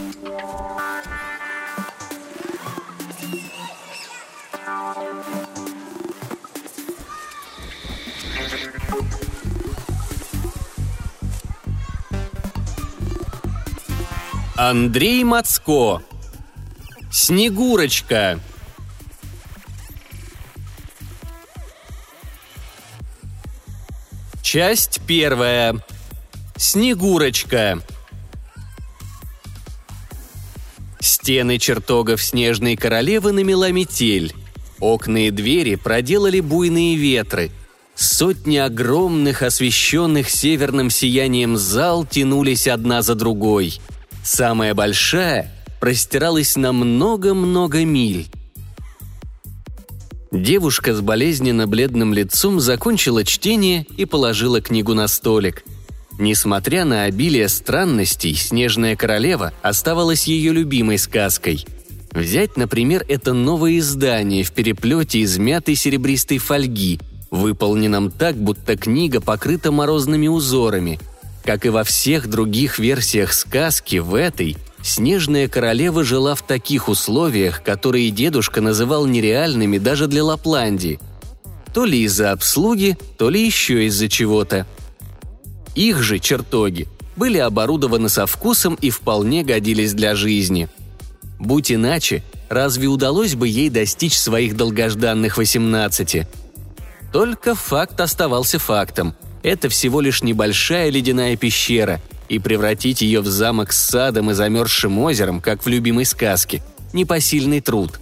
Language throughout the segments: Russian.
Андрей Мацко. Снегурочка. Часть первая. Снегурочка. Стены чертогов Снежной Королевы намела метель. Окна и двери проделали буйные ветры. Сотни огромных, освещенных северным сиянием зал тянулись одна за другой. Самая большая простиралась на много-много миль. Девушка с болезненно бледным лицом закончила чтение и положила книгу на столик. Несмотря на обилие странностей, «Снежная королева» оставалась ее любимой сказкой. Взять, например, это новое издание в переплете из мятой серебристой фольги, выполненном так, будто книга покрыта морозными узорами. Как и во всех других версиях сказки, в этой Снежная королева жила в таких условиях, которые дедушка называл нереальными даже для Лапландии. То ли из-за обслуги, то ли еще из-за чего-то. Их же чертоги были оборудованы со вкусом и вполне годились для жизни. Будь иначе, разве удалось бы ей достичь своих долгожданных 18? Только факт оставался фактом. Это всего лишь небольшая ледяная пещера, и превратить ее в замок с садом и замерзшим озером, как в любимой сказке, непосильный труд.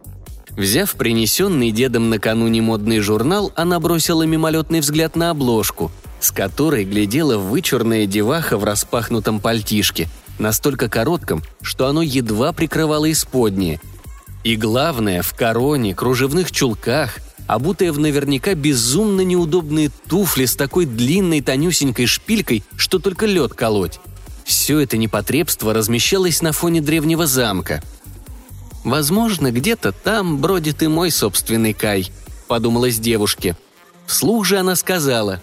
Взяв принесенный дедом накануне модный журнал, она бросила мимолетный взгляд на обложку, с которой глядела вычурная деваха в распахнутом пальтишке, настолько коротком, что оно едва прикрывало исподнее. И главное, в короне, кружевных чулках, обутая в наверняка безумно неудобные туфли с такой длинной тонюсенькой шпилькой, что только лед колоть. Все это непотребство размещалось на фоне древнего замка. «Возможно, где-то там бродит и мой собственный Кай», — подумалось девушке. Вслух же она сказала: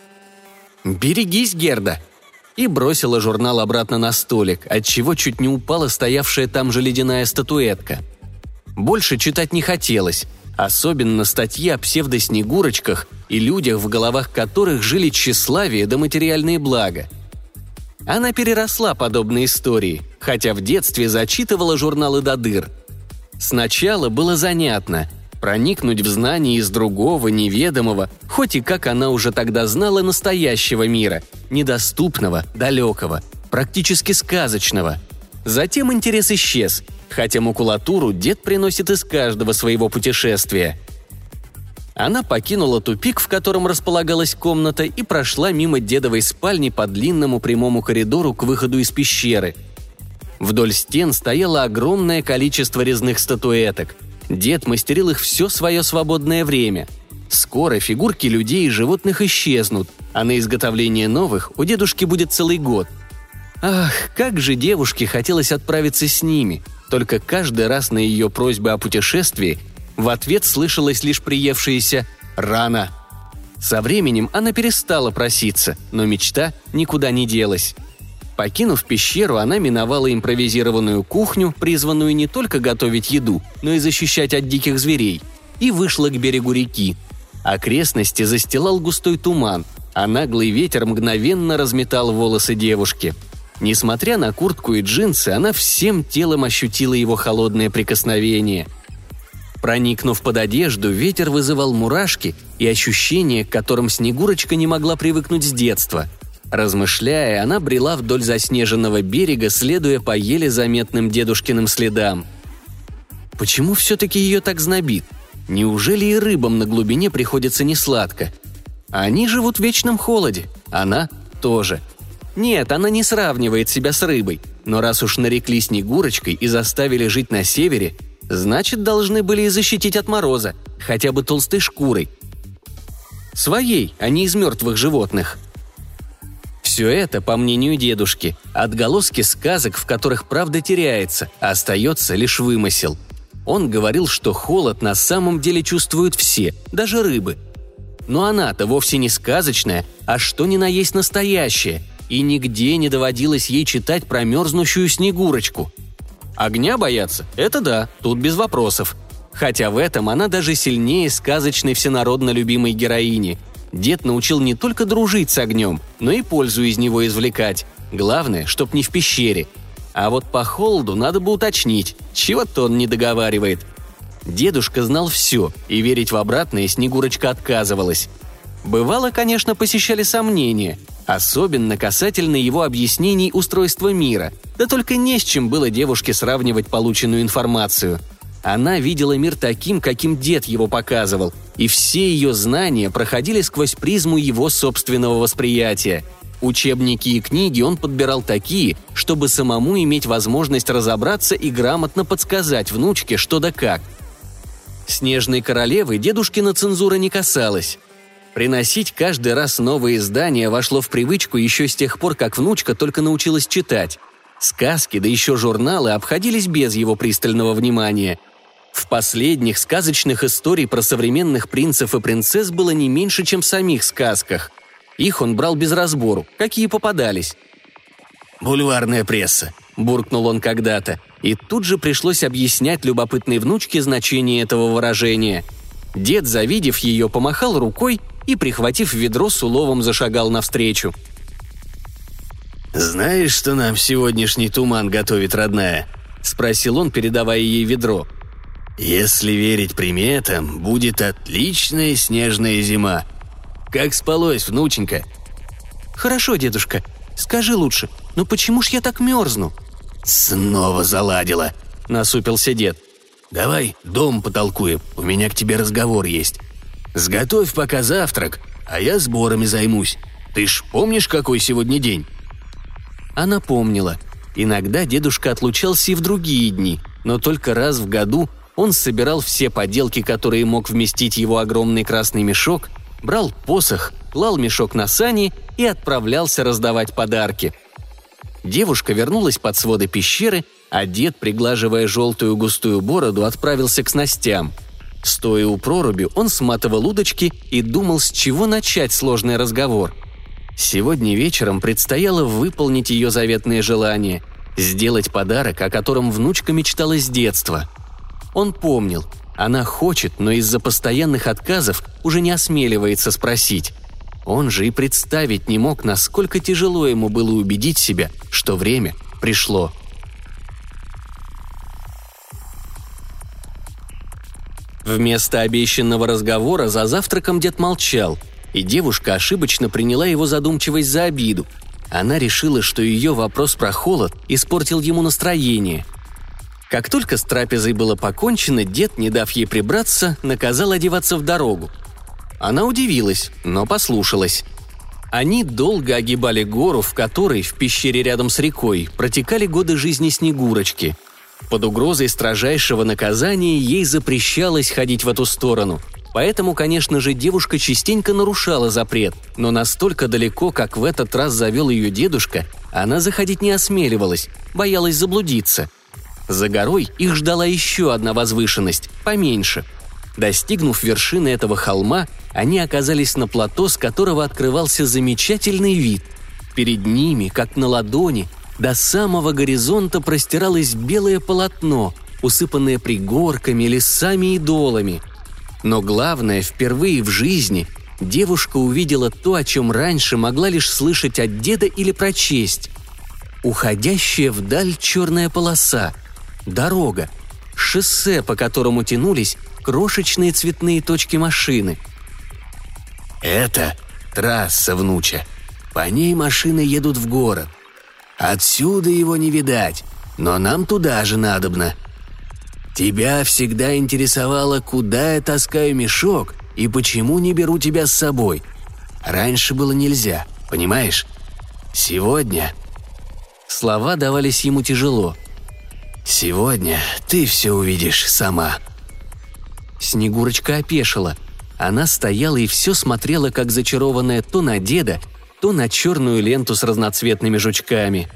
«Берегись, Герда!» и бросила журнал обратно на столик, отчего чуть не упала стоявшая там же ледяная статуэтка. Больше читать не хотелось, особенно статьи о псевдоснегурочках и людях, в головах которых жили тщеславие да материальные блага. Она переросла подобные истории, хотя в детстве зачитывала журналы до дыр. Сначала было занятно проникнуть в знания из другого, неведомого, хоть и, как она уже тогда знала, настоящего мира, недоступного, далекого, практически сказочного. Затем интерес исчез, хотя макулатуру дед приносит из каждого своего путешествия. Она покинула тупик, в котором располагалась комната, и прошла мимо дедовой спальни по длинному прямому коридору к выходу из пещеры. Вдоль стен стояло огромное количество резных статуэток. Дед мастерил их все свое свободное время. Скоро фигурки людей и животных исчезнут, а на изготовление новых у дедушки будет целый год. Ах, как же девушке хотелось отправиться с ними, только каждый раз на ее просьбы о путешествии в ответ слышалось лишь приевшееся «рано». Со временем она перестала проситься, но мечта никуда не делась. Покинув пещеру, она миновала импровизированную кухню, призванную не только готовить еду, но и защищать от диких зверей, и вышла к берегу реки. Окрестности застилал густой туман, а наглый ветер мгновенно разметал волосы девушки. Несмотря на куртку и джинсы, она всем телом ощутила его холодное прикосновение. Проникнув под одежду, ветер вызывал мурашки и ощущения, к которым Снегурочка не могла привыкнуть с детства. Размышляя, она брела вдоль заснеженного берега, следуя по еле заметным дедушкиным следам. Почему все-таки ее так знобит? Неужели и рыбам на глубине приходится несладко? Они живут в вечном холоде, она тоже. Нет, она не сравнивает себя с рыбой, но раз уж нарекли Снегурочкой и заставили жить на севере, значит, должны были и защитить от мороза, хотя бы толстой шкурой. Своей, а не из мертвых животных. Все это, по мнению дедушки, отголоски сказок, в которых правда теряется, а остается лишь вымысел. Он говорил, что холод на самом деле чувствуют все, даже рыбы. Но она-то вовсе не сказочная, а что ни на есть настоящая, и нигде не доводилось ей читать про мерзнущую Снегурочку. Огня бояться – это да, тут без вопросов. Хотя в этом она даже сильнее сказочной всенародно любимой героини. Дед научил не только дружить с огнем, но и пользу из него извлекать. Главное, чтоб не в пещере. А вот по холоду надо бы уточнить, чего-то он не договаривает. Дедушка знал все, и верить в обратное Снегурочка отказывалась. Бывало, конечно, посещали сомнения, особенно касательно его объяснений устройства мира, да только не с чем было девушке сравнивать полученную информацию. Она видела мир таким, каким дед его показывал, и все ее знания проходили сквозь призму его собственного восприятия. Учебники и книги он подбирал такие, чтобы самому иметь возможность разобраться и грамотно подсказать внучке что да как. «Снежной королевы» дедушкина цензура не касалась. Приносить каждый раз новые издания вошло в привычку еще с тех пор, как внучка только научилась читать. Сказки, да еще журналы обходились без его пристального внимания. В последних сказочных историй про современных принцев и принцесс было не меньше, чем в самих сказках. Их он брал без разбору, какие попадались. «Бульварная пресса», – буркнул он когда-то, и тут же пришлось объяснять любопытной внучке значение этого выражения. Дед, завидев ее, помахал рукой и, прихватив ведро, с уловом зашагал навстречу. «Знаешь, что нам сегодняшний туман готовит, родная?» – спросил он, передавая ей ведро. «Если верить приметам, будет отличная снежная зима. Как спалось, внученька?» «Хорошо, дедушка. Скажи лучше, но почему ж я так мерзну?» «Снова заладила», – насупился дед. «Давай дом потолкуем, у меня к тебе разговор есть. Сготовь пока завтрак, а я сборами займусь. Ты ж помнишь, какой сегодня день?» Она помнила. Иногда дедушка отлучался и в другие дни, но только раз в году он собирал все поделки, которые мог вместить его огромный красный мешок, брал посох, клал мешок на сани и отправлялся раздавать подарки. Девушка вернулась под своды пещеры, а дед, приглаживая желтую густую бороду, отправился к снастям. Стоя у проруби, он сматывал удочки и думал, с чего начать сложный разговор. Сегодня вечером предстояло выполнить ее заветное желание – сделать подарок, о котором внучка мечтала с детства. Он помнил, она хочет, но из-за постоянных отказов уже не осмеливается спросить. Он же и представить не мог, насколько тяжело ему было убедить себя, что время пришло. Вместо обещанного разговора за завтраком дед молчал, и девушка ошибочно приняла его задумчивость за обиду. Она решила, что ее вопрос про холод испортил ему настроение. Как только с трапезой было покончено, дед, не дав ей прибраться, наказал одеваться в дорогу. Она удивилась, но послушалась. Они долго огибали гору, в которой, в пещере рядом с рекой, протекали годы жизни Снегурочки. Под угрозой строжайшего наказания ей запрещалось ходить в эту сторону. Поэтому, конечно же, девушка частенько нарушала запрет, но настолько далеко, как в этот раз завел ее дедушка, она заходить не осмеливалась, боялась заблудиться. За горой их ждала еще одна возвышенность, поменьше. Достигнув вершины этого холма, они оказались на плато, с которого открывался замечательный вид. Перед ними, как на ладони, до самого горизонта простиралось белое полотно, усыпанное пригорками, лесами и долами. Но главное, впервые в жизни девушка увидела то, о чем раньше могла лишь слышать от деда или прочесть. Уходящая вдаль черная полоса, дорога, шоссе, по которому тянулись крошечные цветные точки машины. «Это трасса, внуча. По ней машины едут в город. Отсюда его не видать, но нам туда же надобно. Тебя всегда интересовало, куда я таскаю мешок и почему не беру тебя с собой. Раньше было нельзя, понимаешь? Сегодня...» Слова давались ему тяжело. «Сегодня ты все увидишь сама». Снегурочка опешила. Она стояла и все смотрела, как зачарованная, то на деда, то на черную ленту с разноцветными жучками.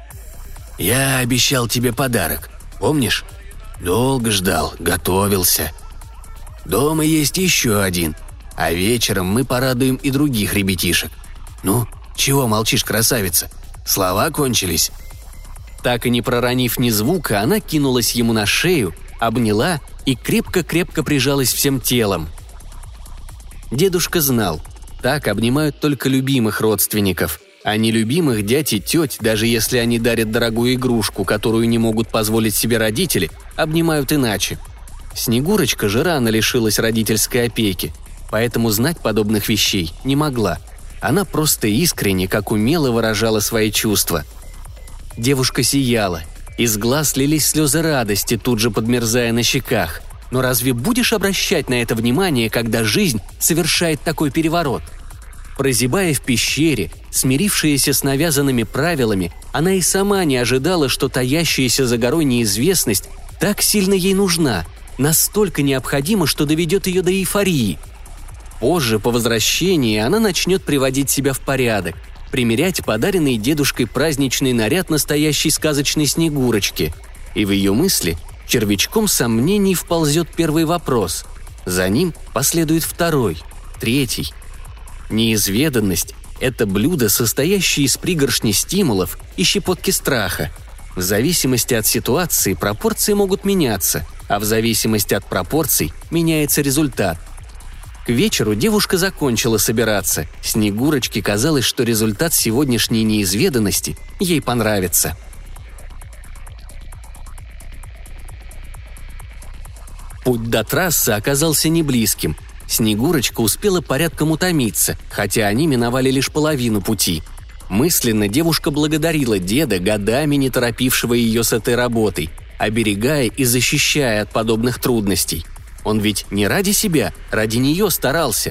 «Я обещал тебе подарок, помнишь? Долго ждал, готовился. Дома есть еще один, а вечером мы порадуем и других ребятишек. Ну, «Чего молчишь, красавица? Слова кончились?» Так и не проронив ни звука, она кинулась ему на шею, обняла и крепко-крепко прижалась всем телом. Дедушка знал, так обнимают только любимых родственников, а нелюбимых дядь и теть, даже если они дарят дорогую игрушку, которую не могут позволить себе родители, обнимают иначе. Снегурочка же рано лишилась родительской опеки, поэтому знать подобных вещей не могла. Она просто искренне, как умело выражала свои чувства. Девушка сияла, из глаз лились слезы радости, тут же подмерзая на щеках. Но разве будешь обращать на это внимание, когда жизнь совершает такой переворот? Прозябая в пещере, смирившаяся с навязанными правилами, она и сама не ожидала, что таящаяся за горой неизвестность так сильно ей нужна, настолько необходима, что доведет ее до эйфории. Позже, по возвращении, она начнет приводить себя в порядок, примерять подаренный дедушкой праздничный наряд настоящей сказочной Снегурочки. И в ее мысли червячком сомнений вползет первый вопрос. За ним последует второй, третий. Неизведанность – это блюдо, состоящее из пригоршни стимулов и щепотки страха. В зависимости от ситуации пропорции могут меняться, а в зависимости от пропорций меняется результат. К вечеру девушка закончила собираться. Снегурочке казалось, что результат сегодняшней неизведанности ей понравится. Путь до трассы оказался неблизким. Снегурочка успела порядком утомиться, хотя они миновали лишь половину пути. Мысленно девушка благодарила деда, годами не торопившего ее с этой работой, оберегая и защищая от подобных трудностей. Он ведь не ради себя, ради нее старался.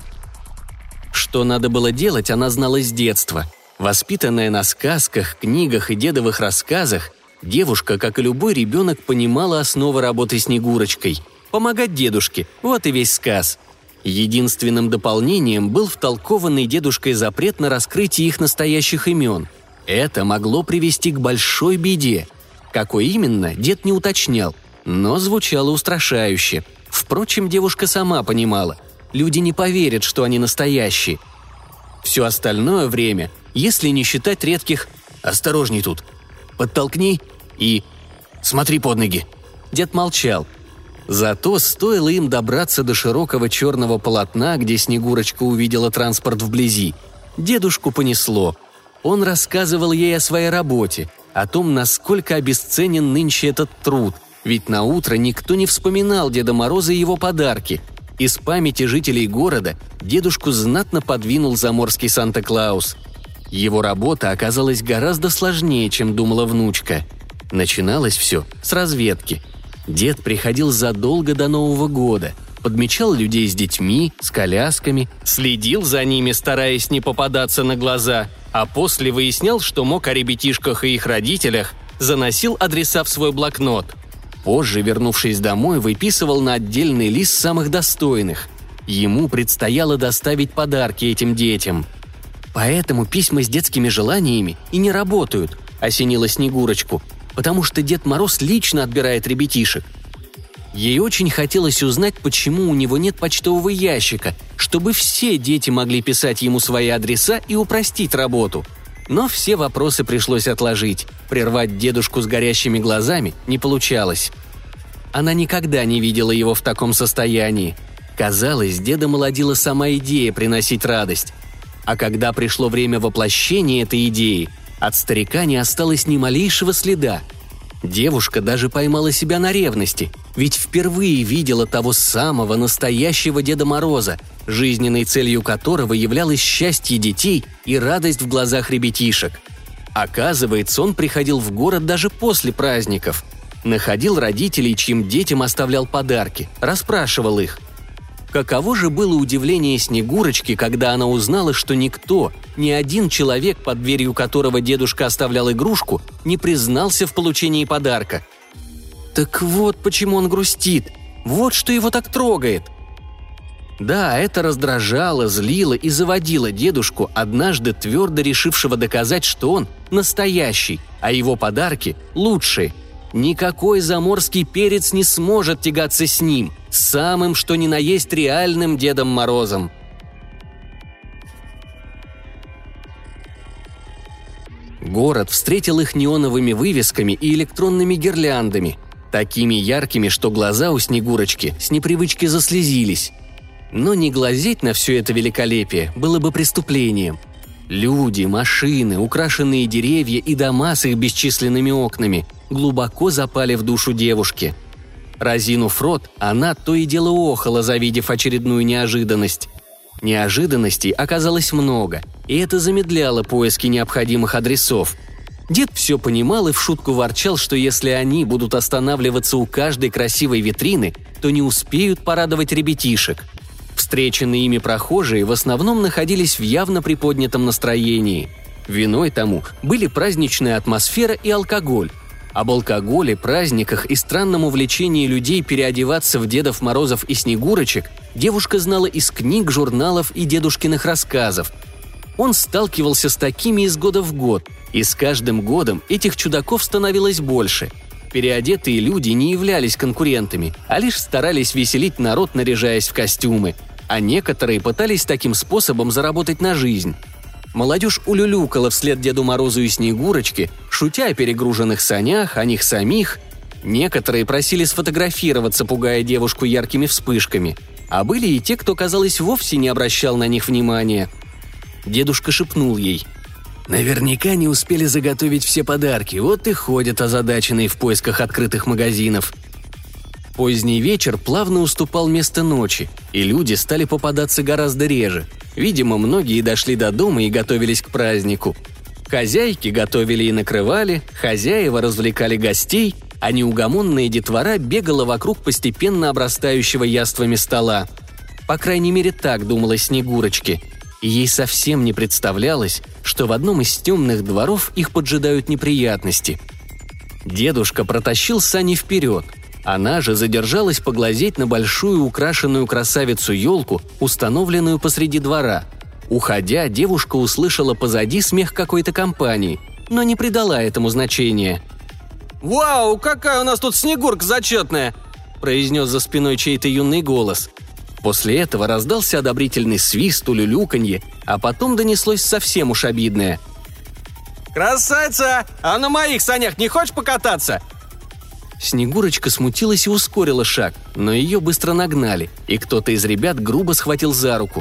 Что надо было делать, она знала с детства. Воспитанная на сказках, книгах и дедовых рассказах, девушка, как и любой ребенок, понимала основы работы Снегурочкой. Помогать дедушке – вот и весь сказ. Единственным дополнением был втолкованный дедушкой запрет на раскрытие их настоящих имен. Это могло привести к большой беде. Какой именно, дед не уточнял, но звучало устрашающе. Впрочем, девушка сама понимала, люди не поверят, что они настоящие. Все остальное время, если не считать редких «осторожней тут», «подтолкни» и «смотри под ноги», дед молчал. Зато стоило им добраться до широкого черного полотна, где Снегурочка увидела транспорт вблизи. Дедушку понесло. Он рассказывал ей о своей работе, о том, насколько обесценен нынче этот труд, ведь наутро никто не вспоминал Деда Мороза и его подарки. Из памяти жителей города дедушку знатно подвинул заморский Санта-Клаус. Его работа оказалась гораздо сложнее, чем думала внучка. Начиналось все с разведки. Дед приходил задолго до Нового года, подмечал людей с детьми, с колясками, следил за ними, стараясь не попадаться на глаза, а после выяснял, что мог о ребятишках и их родителях, заносил адреса в свой блокнот. Позже, вернувшись домой, выписывал на отдельный лист самых достойных. Ему предстояло доставить подарки этим детям. «Поэтому письма с детскими желаниями и не работают», – осенила Снегурочку, «потому что Дед Мороз лично отбирает ребятишек». Ей очень хотелось узнать, почему у него нет почтового ящика, чтобы все дети могли писать ему свои адреса и упростить работу. Но все вопросы пришлось отложить. Прервать дедушку с горящими глазами не получалось. Она никогда не видела его в таком состоянии. Казалось, деда молодила сама идея приносить радость. А когда пришло время воплощения этой идеи, от старика не осталось ни малейшего следа. Девушка даже поймала себя на ревности, ведь впервые видела того самого настоящего Деда Мороза, жизненной целью которого являлось счастье детей и радость в глазах ребятишек. Оказывается, он приходил в город даже после праздников. Находил родителей, чьим детям оставлял подарки, расспрашивал их. Каково же было удивление Снегурочки, когда она узнала, что никто, ни один человек, под дверью которого дедушка оставлял игрушку, не признался в получении подарка. Так вот почему он грустит, вот что его так трогает. Да, это раздражало, злило и заводило дедушку, однажды твердо решившего доказать, что он настоящий, а его подарки лучшие. Никакой заморский перец не сможет тягаться с ним, самым что ни на есть реальным Дедом Морозом. Город встретил их неоновыми вывесками и электронными гирляндами, такими яркими, что глаза у Снегурочки с непривычки заслезились. Но не глазеть на все это великолепие было бы преступлением. Люди, машины, украшенные деревья и дома с их бесчисленными окнами глубоко запали в душу девушки. Разинув рот, она то и дело охала, завидев очередную неожиданность. Неожиданностей оказалось много, и это замедляло поиски необходимых адресов. Дед все понимал и в шутку ворчал, что если они будут останавливаться у каждой красивой витрины, то не успеют порадовать ребятишек. Встреченные ими прохожие в основном находились в явно приподнятом настроении. Виной тому были праздничная атмосфера и алкоголь. Об алкоголе, праздниках и странном увлечении людей переодеваться в Дедов Морозов и Снегурочек девушка знала из книг, журналов и дедушкиных рассказов. Он сталкивался с такими из года в год, и с каждым годом этих чудаков становилось больше. Переодетые люди не являлись конкурентами, а лишь старались веселить народ, наряжаясь в костюмы, а некоторые пытались таким способом заработать на жизнь. Молодежь улюлюкала вслед Деду Морозу и Снегурочке, шутя о перегруженных санях, о них самих. Некоторые просили сфотографироваться, пугая девушку яркими вспышками, а были и те, кто, казалось, вовсе не обращал на них внимания. Дедушка шепнул ей: «Наверняка не успели заготовить все подарки, вот и ходят озадаченные в поисках открытых магазинов». Поздний вечер плавно уступал место ночи, и люди стали попадаться гораздо реже. Видимо, многие дошли до дома и готовились к празднику. Хозяйки готовили и накрывали, хозяева развлекали гостей, а неугомонная детвора бегала вокруг постепенно обрастающего яствами стола. По крайней мере, так думала Снегурочке. И ей совсем не представлялось, что в одном из темных дворов их поджидают неприятности. Дедушка протащил сани вперед. Она же задержалась поглазеть на большую украшенную красавицу-елку, установленную посреди двора. Уходя, девушка услышала позади смех какой-то компании, но не придала этому значения. «Вау, какая у нас тут Снегурка зачетная!» – произнес за спиной чей-то юный голос. После этого раздался одобрительный свист, улюлюканье, а потом донеслось совсем уж обидное. «Красавица! А на моих санях не хочешь покататься?» Снегурочка смутилась и ускорила шаг, но ее быстро нагнали, и кто-то из ребят грубо схватил за руку.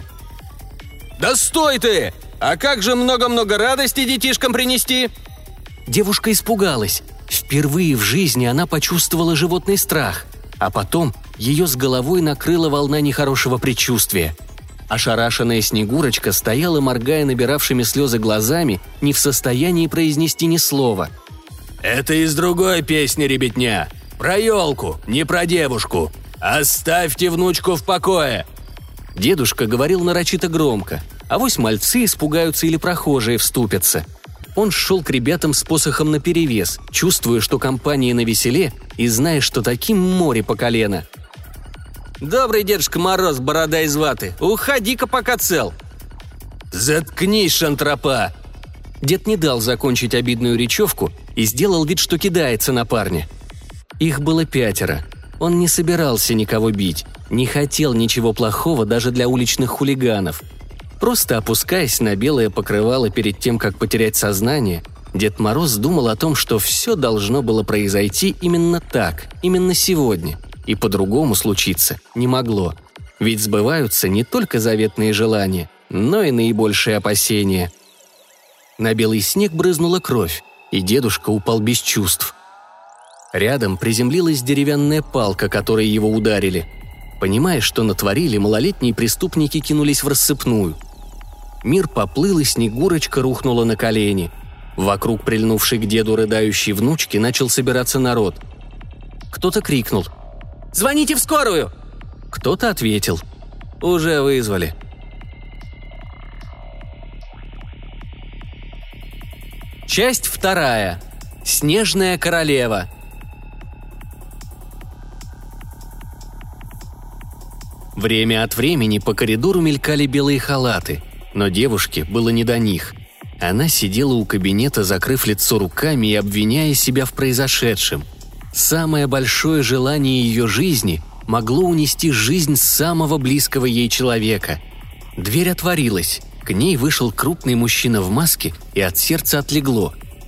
«Да стой ты! А как же много-много радости детишкам принести?» Девушка испугалась. Впервые в жизни она почувствовала животный страх, а потом ее с головой накрыла волна нехорошего предчувствия. Ошарашенная Снегурочка стояла, моргая набиравшими слезы глазами, не в состоянии произнести ни слова. «Это из другой песни, ребятня. Про елку, не про девушку. Оставьте внучку в покое!» Дедушка говорил нарочито громко, авось мальцы испугаются или прохожие вступятся. Он шел к ребятам с посохом наперевес, чувствуя, что компания навеселе, и зная, что таким море по колено. «Добрый Дедушка Мороз, борода из ваты, уходи-ка пока цел!» «Заткнись, шантропа!» Дед не дал закончить обидную речевку и сделал вид, что кидается на парня. Их было 5. Он не собирался никого бить, не хотел ничего плохого даже для уличных хулиганов. Просто опускаясь на белое покрывало перед тем, как потерять сознание, Дед Мороз думал о том, что все должно было произойти именно так, именно сегодня, и по-другому случиться не могло. Ведь сбываются не только заветные желания, но и наибольшие опасения. На белый снег брызнула кровь, и дедушка упал без чувств. Рядом приземлилась деревянная палка, которой его ударили. Понимая, что натворили, малолетние преступники кинулись в рассыпную. Мир поплыл, и Снегурочка рухнула на колени. Вокруг прильнувшей к деду рыдающей внучки начал собираться народ. Кто-то крикнул: «Звоните в скорую!» Кто-то ответил: «Уже вызвали». Часть 2. Снежная королева. Время от времени по коридору мелькали белые халаты, но девушке было не до них. Она сидела у кабинета, закрыв лицо руками и обвиняя себя в произошедшем. Самое большое желание ее жизни могло унести жизнь самого близкого ей человека. Дверь отворилась. К ней вышел крупный мужчина в маске, и от сердца отлегло.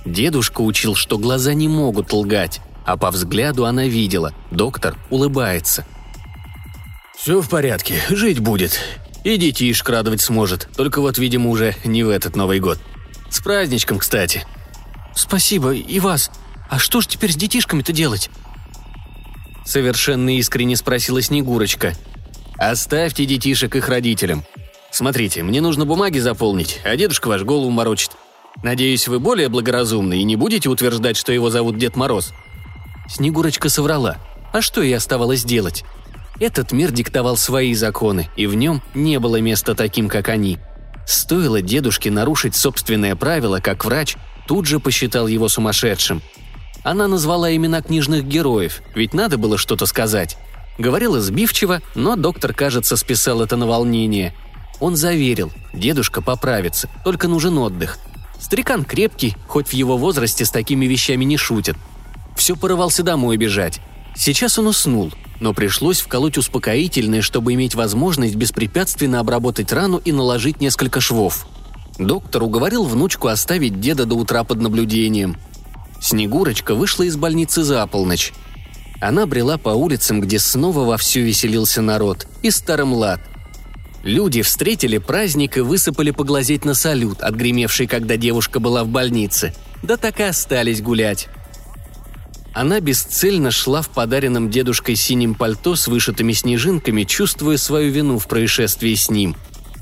Дедушка учил, что глаза не могут лгать, а по взгляду она видела, доктор улыбается. «Все в порядке, жить будет. И детишек радовать сможет, только вот, видимо, уже не в этот Новый год. С праздничком, кстати». «Спасибо, и вас. А что ж теперь с детишками-то делать?» Совершенно искренне спросила Снегурочка. «Оставьте детишек их родителям. Смотрите, мне нужно бумаги заполнить, а дедушка ваш голову морочит. Надеюсь, вы более благоразумны и не будете утверждать, что его зовут Дед Мороз». Снегурочка соврала. А что ей оставалось делать? Этот мир диктовал свои законы, и в нем не было места таким, как они. Стоило дедушке нарушить собственное правило, как врач тут же посчитал его сумасшедшим. Она назвала имена книжных героев, ведь надо было что-то сказать. Говорила сбивчиво, но доктор, кажется, списал это на волнение. Он заверил, дедушка поправится, только нужен отдых. Старикан крепкий, хоть в его возрасте с такими вещами не шутят. Все порывался домой бежать. Сейчас он уснул, но пришлось вколоть успокоительное, чтобы иметь возможность беспрепятственно обработать рану и наложить несколько швов. Доктор уговорил внучку оставить деда до утра под наблюдением. Снегурочка вышла из больницы за полночь. Она брела по улицам, где снова вовсю веселился народ, и старый млад. Люди встретили праздник и высыпали поглазеть на салют, отгремевший, когда девушка была в больнице. Да так и остались гулять. Она бесцельно шла в подаренном дедушкой синем пальто с вышитыми снежинками, чувствуя свою вину в происшествии с ним.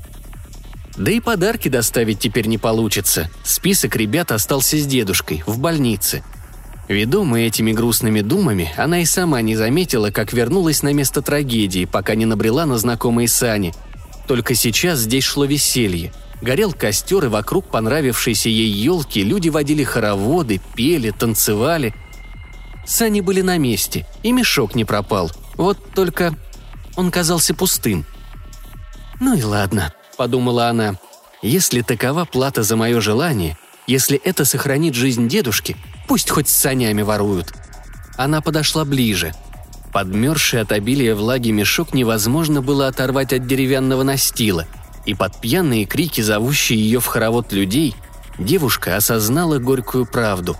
Да и подарки доставить теперь не получится. Список ребят остался с дедушкой, в больнице. Ведомая этими грустными думами, она и сама не заметила, как вернулась на место трагедии, пока не набрела на знакомые сани. Только сейчас здесь шло веселье. Горел костер, и вокруг понравившейся ей елки люди водили хороводы, пели, танцевали. Сани были на месте, и мешок не пропал. Вот только он казался пустым. «Ну и ладно», — подумала она. «Если такова плата за мое желание, если это сохранит жизнь дедушки, пусть хоть с санями воруют». Она подошла ближе. Подмерзший от обилия влаги мешок невозможно было оторвать от деревянного настила, и под пьяные крики, зовущие ее в хоровод людей, девушка осознала горькую правду.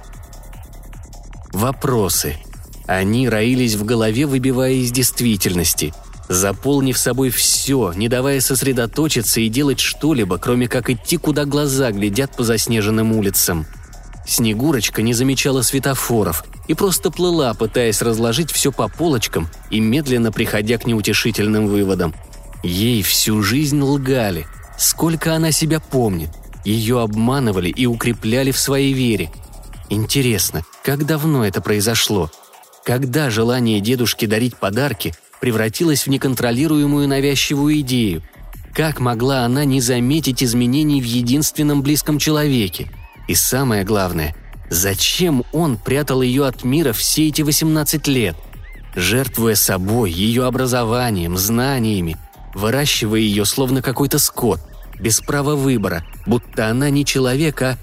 Вопросы. Они роились в голове, выбивая из действительности, заполнив собой все, не давая сосредоточиться и делать что-либо, кроме как идти, куда глаза глядят по заснеженным улицам. Снегурочка не замечала светофоров и просто плыла, пытаясь разложить все по полочкам и медленно приходя к неутешительным выводам. Ей всю жизнь лгали. Сколько она себя помнит. Ее обманывали и укрепляли в своей вере. Интересно, как давно это произошло? Когда желание дедушки дарить подарки превратилось в неконтролируемую навязчивую идею? Как могла она не заметить изменений в единственном близком человеке? И самое главное, зачем он прятал ее от мира все эти 18 лет? Жертвуя собой, ее образованием, знаниями, выращивая ее словно какой-то скот, без права выбора, будто она не человек, а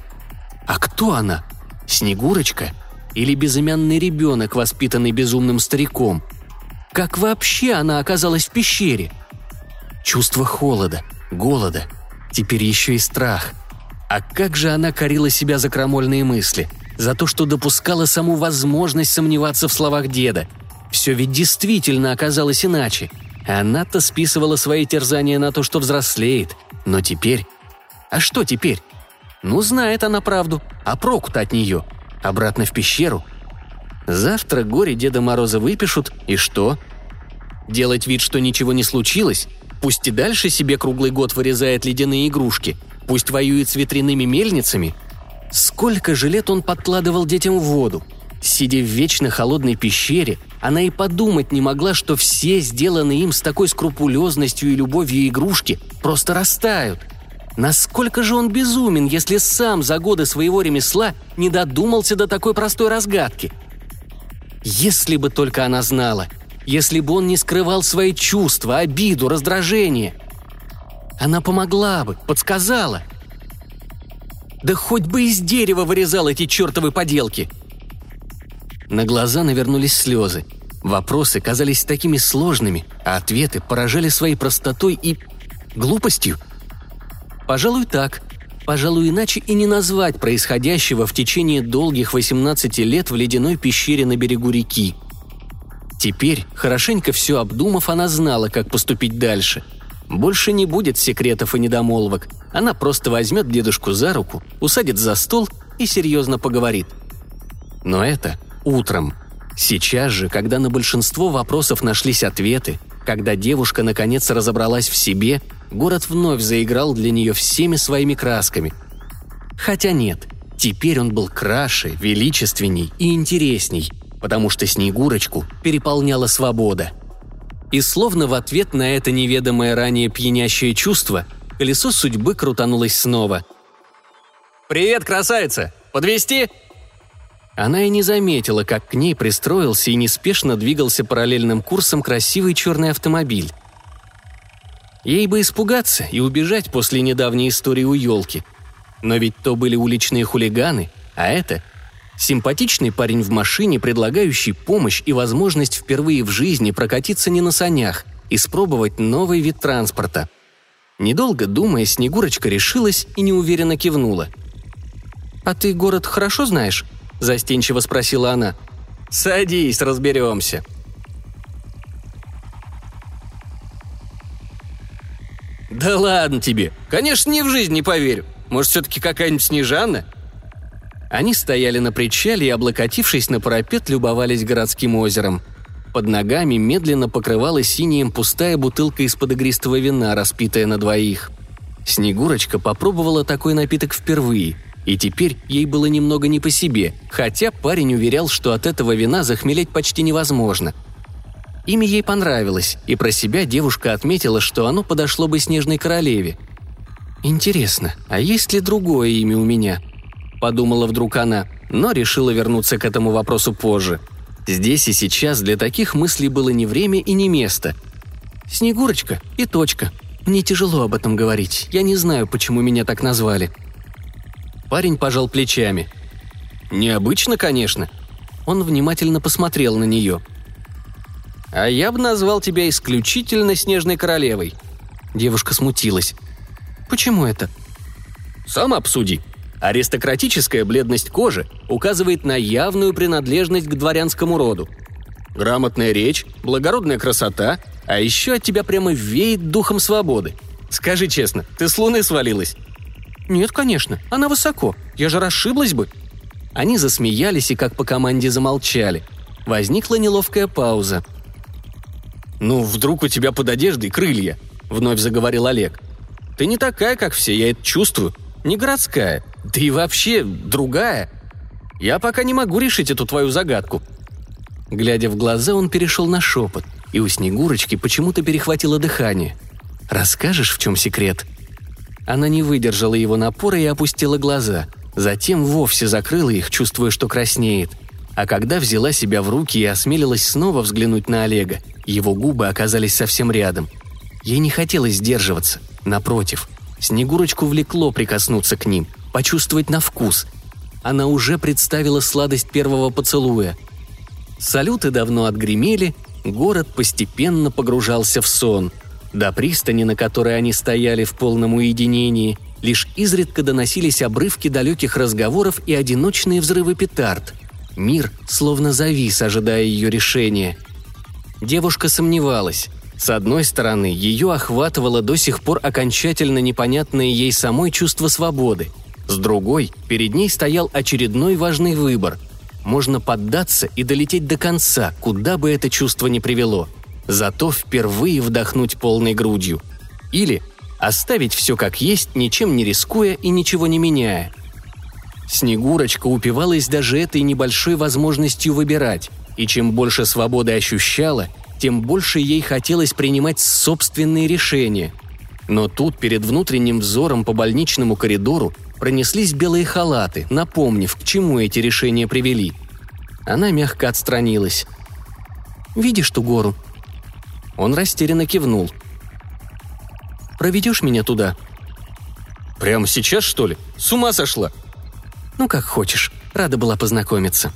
кто она? Снегурочка? Или безымянный ребенок, воспитанный безумным стариком? Как вообще она оказалась в пещере? Чувство холода, голода, теперь еще и страх. А как же она корила себя за крамольные мысли, за то, что допускала саму возможность сомневаться в словах деда. Все ведь действительно оказалось иначе. Она-то списывала свои терзания на то, что взрослеет. Но теперь... А что теперь? Ну, знает она правду. А проку-то от нее? Обратно в пещеру? Завтра горе Деда Мороза выпишут, и что? Делать вид, что ничего не случилось? Пусть и дальше себе круглый год вырезает ледяные игрушки. Пусть воюет с ветряными мельницами. Сколько же лет он подкладывал детям в воду? Сидя в вечно холодной пещере, она и подумать не могла, что все сделанные им с такой скрупулезностью и любовью игрушки просто растают. Насколько же он безумен, если сам за годы своего ремесла не додумался до такой простой разгадки? Если бы только она знала, если бы он не скрывал свои чувства, обиду, раздражение. Она помогла бы, подсказала. Да хоть бы из дерева вырезал эти чертовы поделки. На глаза навернулись слезы. Вопросы казались такими сложными, а ответы поражали своей простотой и глупостью. Пожалуй, так. Пожалуй, иначе и не назвать происходящего в течение долгих 18 лет в ледяной пещере на берегу реки. Теперь, хорошенько все обдумав, она знала, как поступить дальше. Больше не будет секретов и недомолвок. Она просто возьмет дедушку за руку, усадит за стол и серьезно поговорит. Но это утром. Сейчас же, когда на большинство вопросов нашлись ответы, когда девушка наконец разобралась в себе, город вновь заиграл для нее всеми своими красками. Хотя нет, теперь он был краше, величественней и интересней, потому что Снегурочку переполняла свобода. И словно в ответ на это неведомое ранее пьянящее чувство, колесо судьбы крутанулось снова. «Привет, красавица! Подвезти?» Она и не заметила, как к ней пристроился и неспешно двигался параллельным курсом красивый черный автомобиль. Ей бы испугаться и убежать после недавней истории у елки. Но ведь то были уличные хулиганы, а это симпатичный парень в машине, предлагающий помощь и возможность впервые в жизни прокатиться не на санях, испробовать новый вид транспорта. Недолго думая, Снегурочка решилась и неуверенно кивнула. «А ты город хорошо знаешь?» – застенчиво спросила она. «Садись, разберемся». «Да ладно тебе! Конечно, ни в жизнь не поверю. Может, все-таки какая-нибудь Снежана?» Они стояли на причале и, облокотившись на парапет, любовались городским озером. Под ногами медленно покрывалась синим пустая бутылка из-под игристого вина, распитая на двоих. Снегурочка попробовала такой напиток впервые, и теперь ей было немного не по себе, хотя парень уверял, что от этого вина захмелеть почти невозможно. Имя ей понравилось, и про себя девушка отметила, что оно подошло бы Снежной Королеве. «Интересно, а есть ли другое имя у меня?» – подумала вдруг она, но решила вернуться к этому вопросу позже. Здесь и сейчас для таких мыслей было не время и не место. «Снегурочка и точка. Мне тяжело об этом говорить. Я не знаю, почему меня так назвали». Парень пожал плечами. «Необычно, конечно». Он внимательно посмотрел на нее. «А я бы назвал тебя исключительно Снежной Королевой». Девушка смутилась. «Почему это?» «Сам обсуди. Аристократическая бледность кожи указывает на явную принадлежность к дворянскому роду. Грамотная речь, благородная красота, а еще от тебя прямо веет духом свободы. Скажи честно, ты с луны свалилась?» «Нет, конечно, она высоко. Я же расшиблась бы». Они засмеялись и как по команде замолчали. Возникла неловкая пауза. «Ну, вдруг у тебя под одеждой крылья?» – вновь заговорил Олег. «Ты не такая, как все, я это чувствую. Не городская. Да и вообще другая. Я пока не могу решить эту твою загадку». Глядя в глаза, он перешел на шепот, и у Снегурочки почему-то перехватило дыхание. «Расскажешь, в чем секрет?» Она не выдержала его напора и опустила глаза. Затем вовсе закрыла их, чувствуя, что краснеет. А когда взяла себя в руки и осмелилась снова взглянуть на Олега, его губы оказались совсем рядом. Ей не хотелось сдерживаться. Напротив, Снегурочку влекло прикоснуться к ним, почувствовать на вкус. Она уже представила сладость первого поцелуя. Салюты давно отгремели, город постепенно погружался в сон. До пристани, на которой они стояли в полном уединении, лишь изредка доносились обрывки далеких разговоров и одиночные взрывы петард. Мир словно завис, ожидая ее решения. Девушка сомневалась. С одной стороны, ее охватывало до сих пор окончательно непонятное ей самой чувство свободы. С другой, перед ней стоял очередной важный выбор. Можно поддаться и долететь до конца, куда бы это чувство ни привело. Зато впервые вдохнуть полной грудью. Или оставить все как есть, ничем не рискуя и ничего не меняя. Снегурочка упивалась даже этой небольшой возможностью выбирать, и чем больше свободы ощущала, тем больше ей хотелось принимать собственные решения. Но тут перед внутренним взором по больничному коридору пронеслись белые халаты, напомнив, к чему эти решения привели. Она мягко отстранилась. «Видишь ту гору?» Он растерянно кивнул. «Проведешь меня туда?» «Прямо сейчас, что ли? С ума сошла?» «Ну, как хочешь. Рада была познакомиться».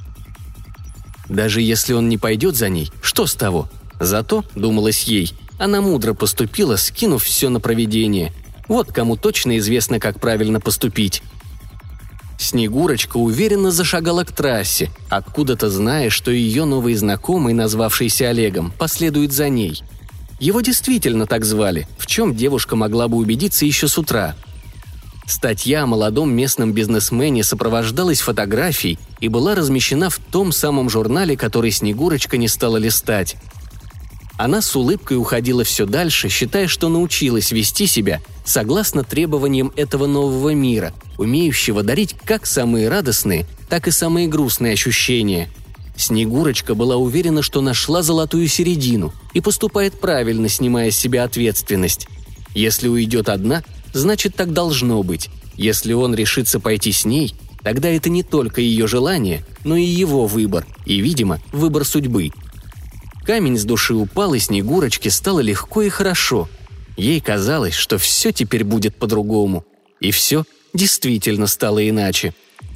Даже если он не пойдет за ней, что с того? Зато, думалось ей, она мудро поступила, скинув все на провидение. Вот кому точно известно, как правильно поступить. Снегурочка уверенно зашагала к трассе, откуда-то зная, что ее новый знакомый, назвавшийся Олегом, последует за ней. Его действительно так звали, в чем девушка могла бы убедиться еще с утра. Статья о молодом местном бизнесмене сопровождалась фотографией и была размещена в том самом журнале, который Снегурочка не стала листать. Она с улыбкой уходила все дальше, считая, что научилась вести себя согласно требованиям этого нового мира, умеющего дарить как самые радостные, так и самые грустные ощущения. Снегурочка была уверена, что нашла золотую середину и поступает правильно, снимая с себя ответственность. Если уйдет одна, значит, так должно быть. Если он решится пойти с ней, тогда это не только ее желание, но и его выбор, и, видимо, выбор судьбы. Камень с души упал, и Снегурочке стало легко и хорошо. Ей казалось, что все теперь будет по-другому. И все действительно стало иначе.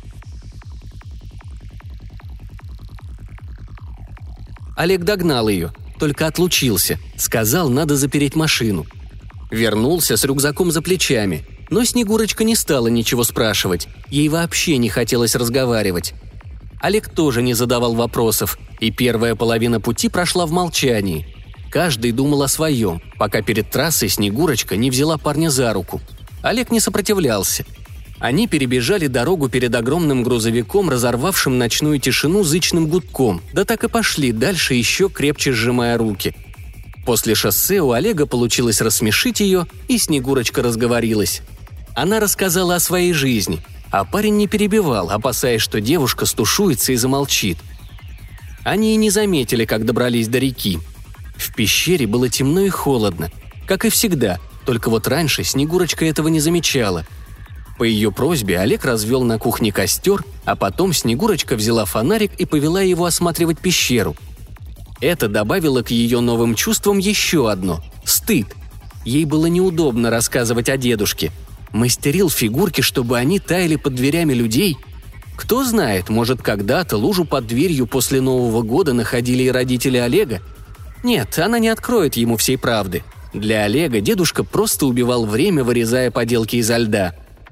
Олег догнал ее, только отлучился, сказал, надо запереть машину. Вернулся с рюкзаком за плечами, но Снегурочка не стала ничего спрашивать, ей вообще не хотелось разговаривать. Олег тоже не задавал вопросов, и первая половина пути прошла в молчании. Каждый думал о своем, пока перед трассой Снегурочка не взяла парня за руку. Олег не сопротивлялся. Они перебежали дорогу перед огромным грузовиком, разорвавшим ночную тишину зычным гудком, да так и пошли дальше, еще крепче сжимая руки. После шоссе у Олега получилось рассмешить ее, и Снегурочка разговорилась. Она рассказала о своей жизни, а парень не перебивал, опасаясь, что девушка стушуется и замолчит. Они и не заметили, как добрались до реки. В пещере было темно и холодно, как и всегда, только вот раньше Снегурочка этого не замечала. По ее просьбе Олег развел на кухне костер, а потом Снегурочка взяла фонарик и повела его осматривать пещеру. Это добавило к ее новым чувствам еще одно – стыд. Ей было неудобно рассказывать о дедушке. Мастерил фигурки, чтобы они таяли под дверями людей. Кто знает, может, когда-то лужу под дверью после Нового года находили и родители Олега? Нет, она не откроет ему всей правды. Для Олега дедушка просто убивал время, вырезая поделки изо льда.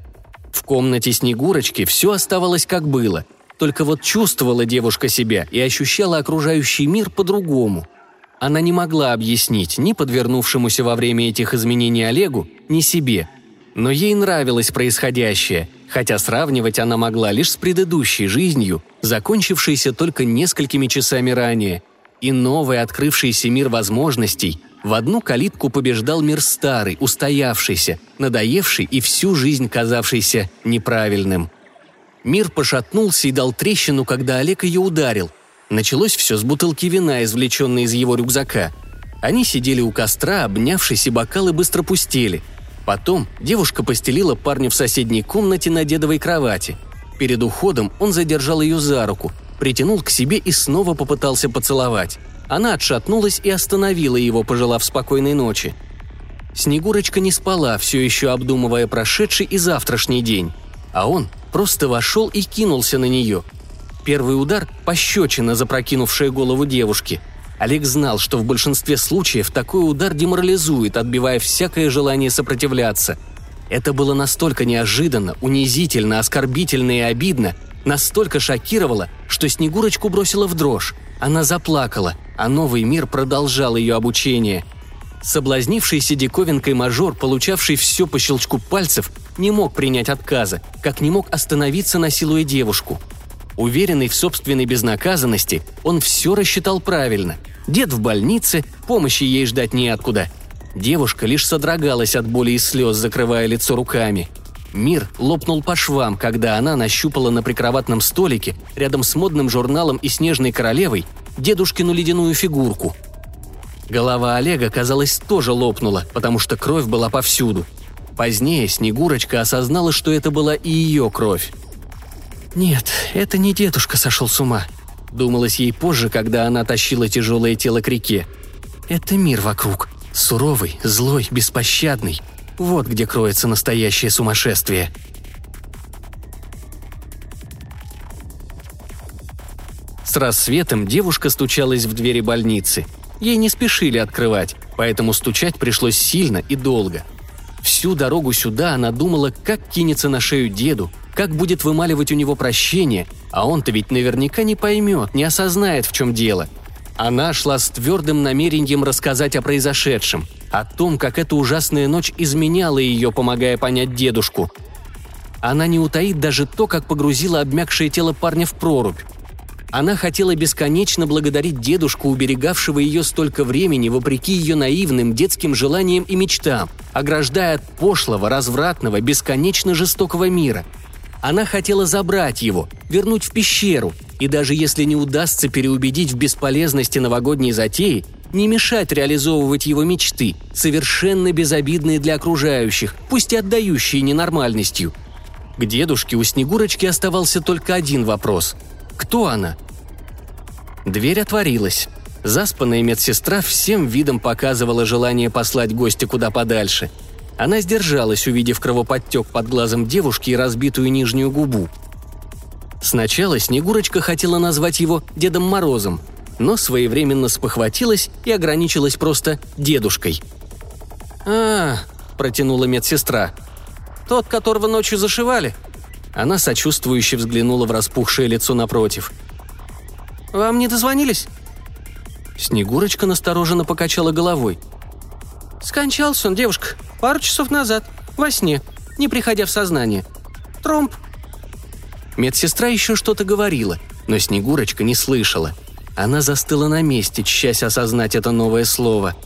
В комнате Снегурочки все оставалось как было, только вот чувствовала девушка себя и ощущала окружающий мир по-другому. Она не могла объяснить ни подвернувшемуся во время этих изменений Олегу, ни себе. Но ей нравилось происходящее, хотя сравнивать она могла лишь с предыдущей жизнью, закончившейся только несколькими часами ранее. И новый открывшийся мир возможностей в одну калитку побеждал мир старый, устоявшийся, надоевший и всю жизнь казавшийся неправильным. Мир пошатнулся и дал трещину, когда Олег ее ударил. Началось все с бутылки вина, извлеченной из его рюкзака. Они сидели у костра, обнявшись, и бокалы быстро пустели. Потом девушка постелила парня в соседней комнате на дедовой кровати. Перед уходом он задержал ее за руку, притянул к себе и снова попытался поцеловать. Она отшатнулась и остановила его, пожелав спокойной ночи. Снегурочка не спала, все еще обдумывая прошедший и завтрашний день. А он просто вошел и кинулся на нее. Первый удар – пощечина, запрокинувшая голову девушки. Олег знал, что в большинстве случаев такой удар деморализует, отбивая всякое желание сопротивляться. Это было настолько неожиданно, унизительно, оскорбительно и обидно, настолько шокировало, что Снегурочку бросило в дрожь. Она заплакала, а новый мир продолжал ее обучение. Соблазнившийся диковинкой мажор, получавший все по щелчку пальцев, не мог принять отказа, как не мог остановиться, насилуя девушку. Уверенный в собственной безнаказанности, он все рассчитал правильно. Дед в больнице, помощи ей ждать неоткуда. Девушка лишь содрогалась от боли и слез, закрывая лицо руками. Мир лопнул по швам, когда она нащупала на прикроватном столике, рядом с модным журналом и снежной королевой, дедушкину ледяную фигурку. Голова Олега, казалось, тоже лопнула, потому что кровь была повсюду. Позднее Снегурочка осознала, что это была и ее кровь. «Нет, это не дедушка сошел с ума», — думалось ей позже, когда она тащила тяжелое тело к реке. «Это мир вокруг. Суровый, злой, беспощадный. Вот где кроется настоящее сумасшествие». С рассветом девушка стучалась в двери больницы. Ей не спешили открывать, поэтому стучать пришлось сильно и долго. Все Всю дорогу сюда она думала, как кинется на шею деду, как будет вымаливать у него прощение, а он-то ведь наверняка не поймет, не осознает, в чем дело. Она шла с твердым намерением рассказать о произошедшем, о том, как эта ужасная ночь изменяла ее, помогая понять дедушку. Она не утаит даже то, как погрузила обмякшее тело парня в прорубь. Она хотела бесконечно благодарить дедушку, уберегавшего ее столько времени, вопреки ее наивным детским желаниям и мечтам, ограждая от пошлого, развратного, бесконечно жестокого мира. Она хотела забрать его, вернуть в пещеру, и даже если не удастся переубедить в бесполезности новогодней затеи, не мешать реализовывать его мечты, совершенно безобидные для окружающих, пусть и отдающие ненормальностью. К дедушке у Снегурочки оставался только один вопрос – кто она? Дверь отворилась. Заспанная медсестра всем видом показывала желание послать гостя куда подальше. Она сдержалась, увидев кровоподтек под глазом девушки и разбитую нижнюю губу. Сначала Снегурочка хотела назвать его Дедом Морозом, но своевременно спохватилась и ограничилась просто дедушкой. Протянула медсестра. «Тот, которого ночью зашивали?» Она сочувствующе взглянула в распухшее лицо напротив. «Вам не дозвонились?» Снегурочка настороженно покачала головой. «Скончался он, девушка, пару часов назад, во сне, не приходя в сознание. Тромб». Медсестра еще что-то говорила, но Снегурочка не слышала. Она застыла на месте, чаясь осознать это новое слово.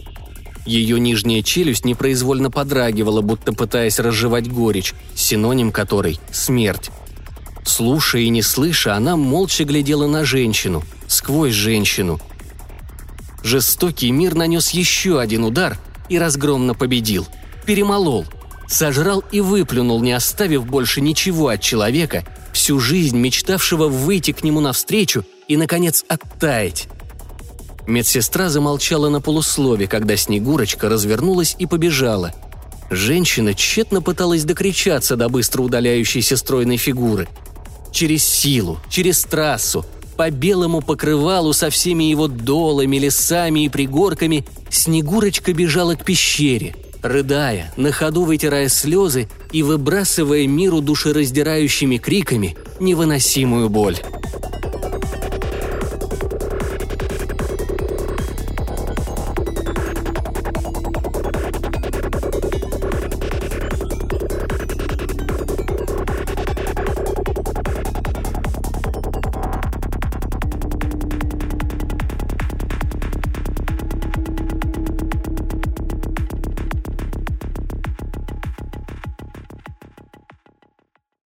Ее нижняя челюсть непроизвольно подрагивала, будто пытаясь разжевать горечь, синоним которой – смерть. Слушая и не слыша, она молча глядела на женщину, сквозь женщину. Жестокий мир нанес еще один удар и разгромно победил. Перемолол, сожрал и выплюнул, не оставив больше ничего от человека, всю жизнь мечтавшего выйти к нему навстречу и, наконец, оттаять. Медсестра замолчала на полуслове, когда Снегурочка развернулась и побежала. Женщина тщетно пыталась докричаться до быстро удаляющейся стройной фигуры. Через силу, через трассу, по белому покрывалу со всеми его долами, лесами и пригорками Снегурочка бежала к пещере, рыдая, на ходу вытирая слезы и выбрасывая миру душераздирающими криками невыносимую боль.